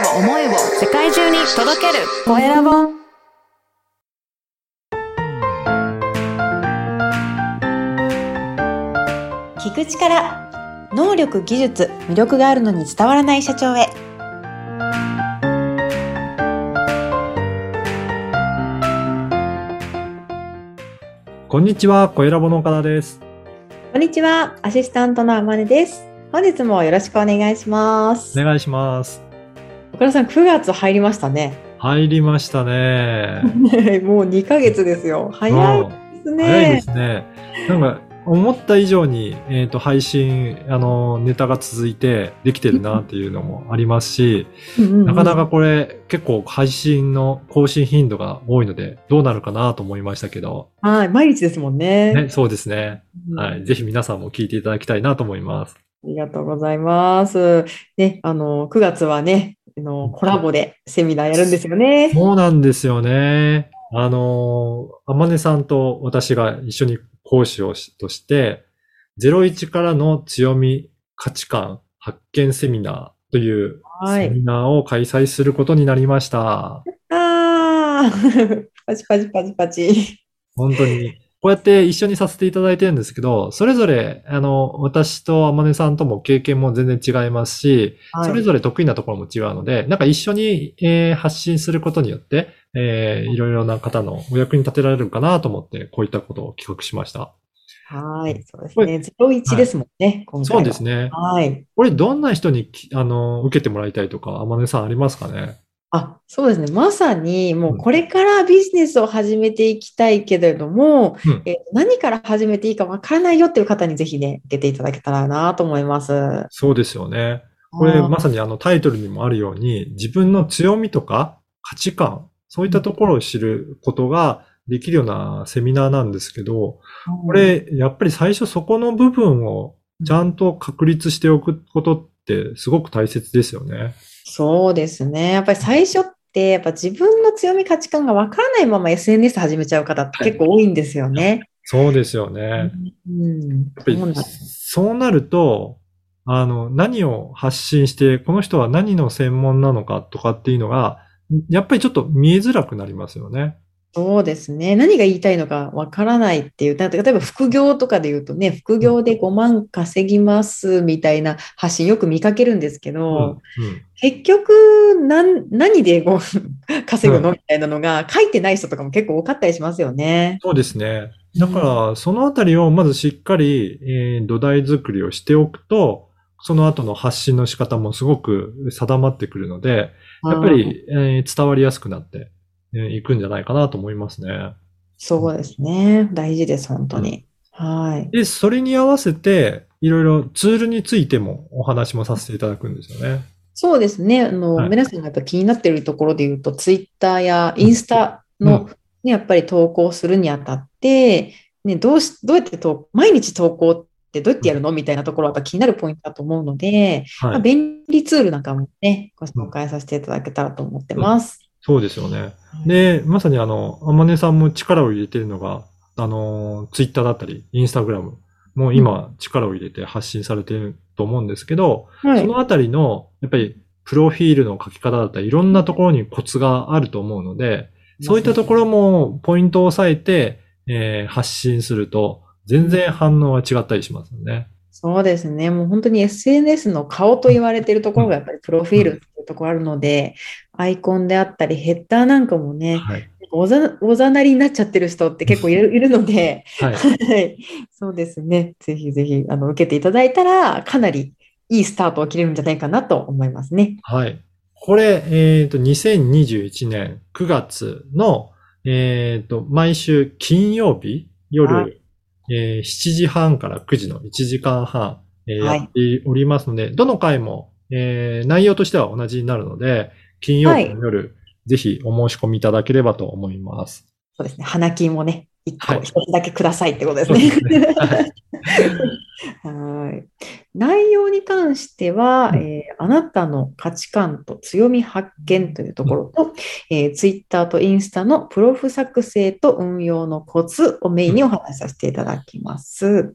を思いを世界中に届けるコエラボ。 聞く力、能力、技術、魅力があるのに伝わらない社長へ。 こんにちは、コエラボの岡田です。 こんにちは、アシスタントのあまねです。本日もよろしくお願いします。 お願いします。 岡田さん、9月入りましたね。 入りましたね。 もう2ヶ月ですよ。早いですね。 早いですね。なんか思った以上に、配信、ネタが続いてできてるなっていうのもありますし、なかなかこれ結構配信の更新頻度が多いのでどうなるかなと思いましたけど。 はい、毎日ですもんね。 ね、そうですね。はい。ぜひ皆さんも聞いていただきたいなと思います。 ありがとうございます。ね、9月はね、コラボでセミナーやるんですよね。 そうなんですよね。あまねさんと私が一緒に講師をとして、01からの強み価値観発見セミナーというセミナーを開催することになりました。 パチパチパチパチ。 本当に。こうやって一緒にさせていただいてるんですけど、それぞれ、私とあまねさんとも経験も全然違いますし、それぞれ得意なところも違うので、なんか一緒に、発信することによって、いろいろな方のお役に立てられるかなと思って、こういったことを企画しました。 はい。そうですね。01ですもんね、今回は。 そうですね。 はい。 これどんな人に、受けてもらいたいとか、あまねさんありますかね？ そうですね。まさに、もうこれからビジネスを始めていきたいけれども、何から始めていいかわからないよっていう方にぜひね、受けていただけたらなと思います。 そうですよね。これまさにタイトルにもあるように、自分の強みとか価値観、そういったところを知ることができるようなセミナーなんですけど、これ、やっぱり最初そこの部分をちゃんと確立しておくことってすごく大切ですよね。 そうですね。やっぱり最初って、やっぱ自分の強み価値観がわからないまま SNS 始めちゃう方って結構多いんですよね。 そうですよね。やっぱりそうなると、何を発信して、この人は何の専門なのかとかっていうのが、やっぱりちょっと見えづらくなりますよね。 そうですね。何が言いたいのかわからないっていう。例えば副業とかで言うとね、副業で5万稼ぎますみたいな発信よく見かけるんですけど、結局何で稼ぐのみたいなのが書いてない人とかも結構多かったりしますよね。 そうですね。だから、そのあたりをまずしっかり、土台作りをしておくと、その後の発信の仕方もすごく定まってくるので、やっぱり、伝わりやすくなっていくんじゃないかなと思いますね。 そうですね。大事です、本当に。はい。 で、それに合わせて、いろいろツールについてもお話もさせていただくんですよね。 そうですね。皆さんがやっぱ気になっているところで言うと、ツイッターやインスタの、やっぱり投稿するにあたって、ね、どうやって毎日投稿ってどうやってやるのみたいなところはやっぱ気になるポイントだと思うので、便利ツールなんかもね、ご紹介させていただけたらと思ってます。 そうですよね。で、まさにあまねさんも力を入れているのが、ツイッターだったり、インスタグラムも今力を入れて発信されていると思うんですけど、そのあたりの、やっぱり、プロフィールの書き方だったり、いろんなところにコツがあると思うので、そういったところもポイントを押さえて、発信すると、全然反応は違ったりしますよね。 そうですね。もう本当に SNS の顔と言われているところがやっぱりプロフィールっていうところあるので、アイコンであったりヘッダーなんかもね、おざなりになっちゃってる人って結構いるので、そうですね。ぜひぜひ受けていただいたら、かなりいいスタートを切れるんじゃないかなと思いますね。 はい。これ、2021年9月の、毎週金曜日夜、7時半から9時の1時間半、やっておりますので、どの回も、内容としては同じになるので、金曜日の夜、ぜひお申し込みいただければと思います。 そうですね。花金もね、一つだけくださいってことですね。内容に関しては、あなたの価値観と強み発見というところと、ツイッターとインスタのプロフ作成と運用のコツをメインにお話しさせていただきます。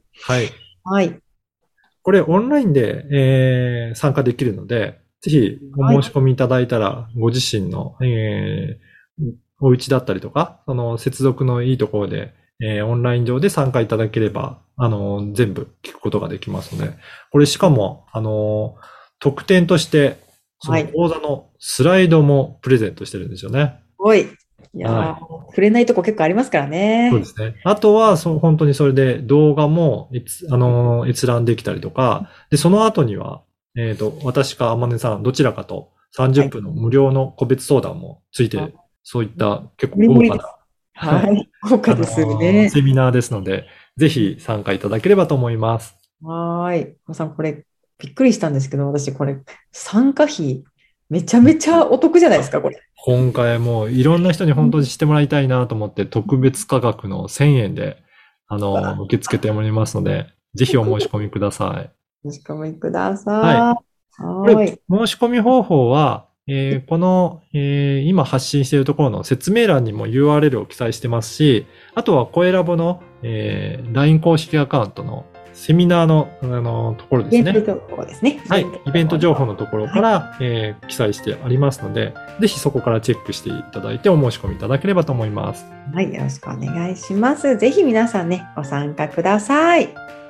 はい。これオンラインで、参加できるので、 ぜひお申し込みいただいたら、ご自身の、お家だったりとか、その接続のいいところで、オンライン上で参加いただければ、全部聞くことができますので、これしかも、特典として、その講座のスライドもプレゼントしてるんですよね。 すごい。いやー、触れないとこ結構ありますからね。 そうですね。あとは、本当にそれで動画も、閲覧できたりとか、で、その後には、私か天音さん、どちらかと30分の無料の個別相談もついて、そういった結構豪華な、 はい、豪華ですね。 セミナーですので、ぜひ参加いただければと思います。 はい。皆さん、これ、びっくりしたんですけど、私、これ、参加費、めちゃめちゃお得じゃないですか、これ。 今回もいろんな人に本当にしてもらいたいなと思って、特別価格の1000円で、受け付けておりますので、ぜひお申し込みください。 お申し込みください。 はい。申し込み方法は、この、今発信しているところの説明欄にも URL を記載してますし、あとは声ラボの、LINE 公式アカウントのセミナーの、ところですね。 イベント情報ですね。 はい。イベント情報のところから、記載してありますので、ぜひそこからチェックしていただいてお申し込みいただければと思います。 はい。よろしくお願いします。ぜひ皆さんね、ご参加ください。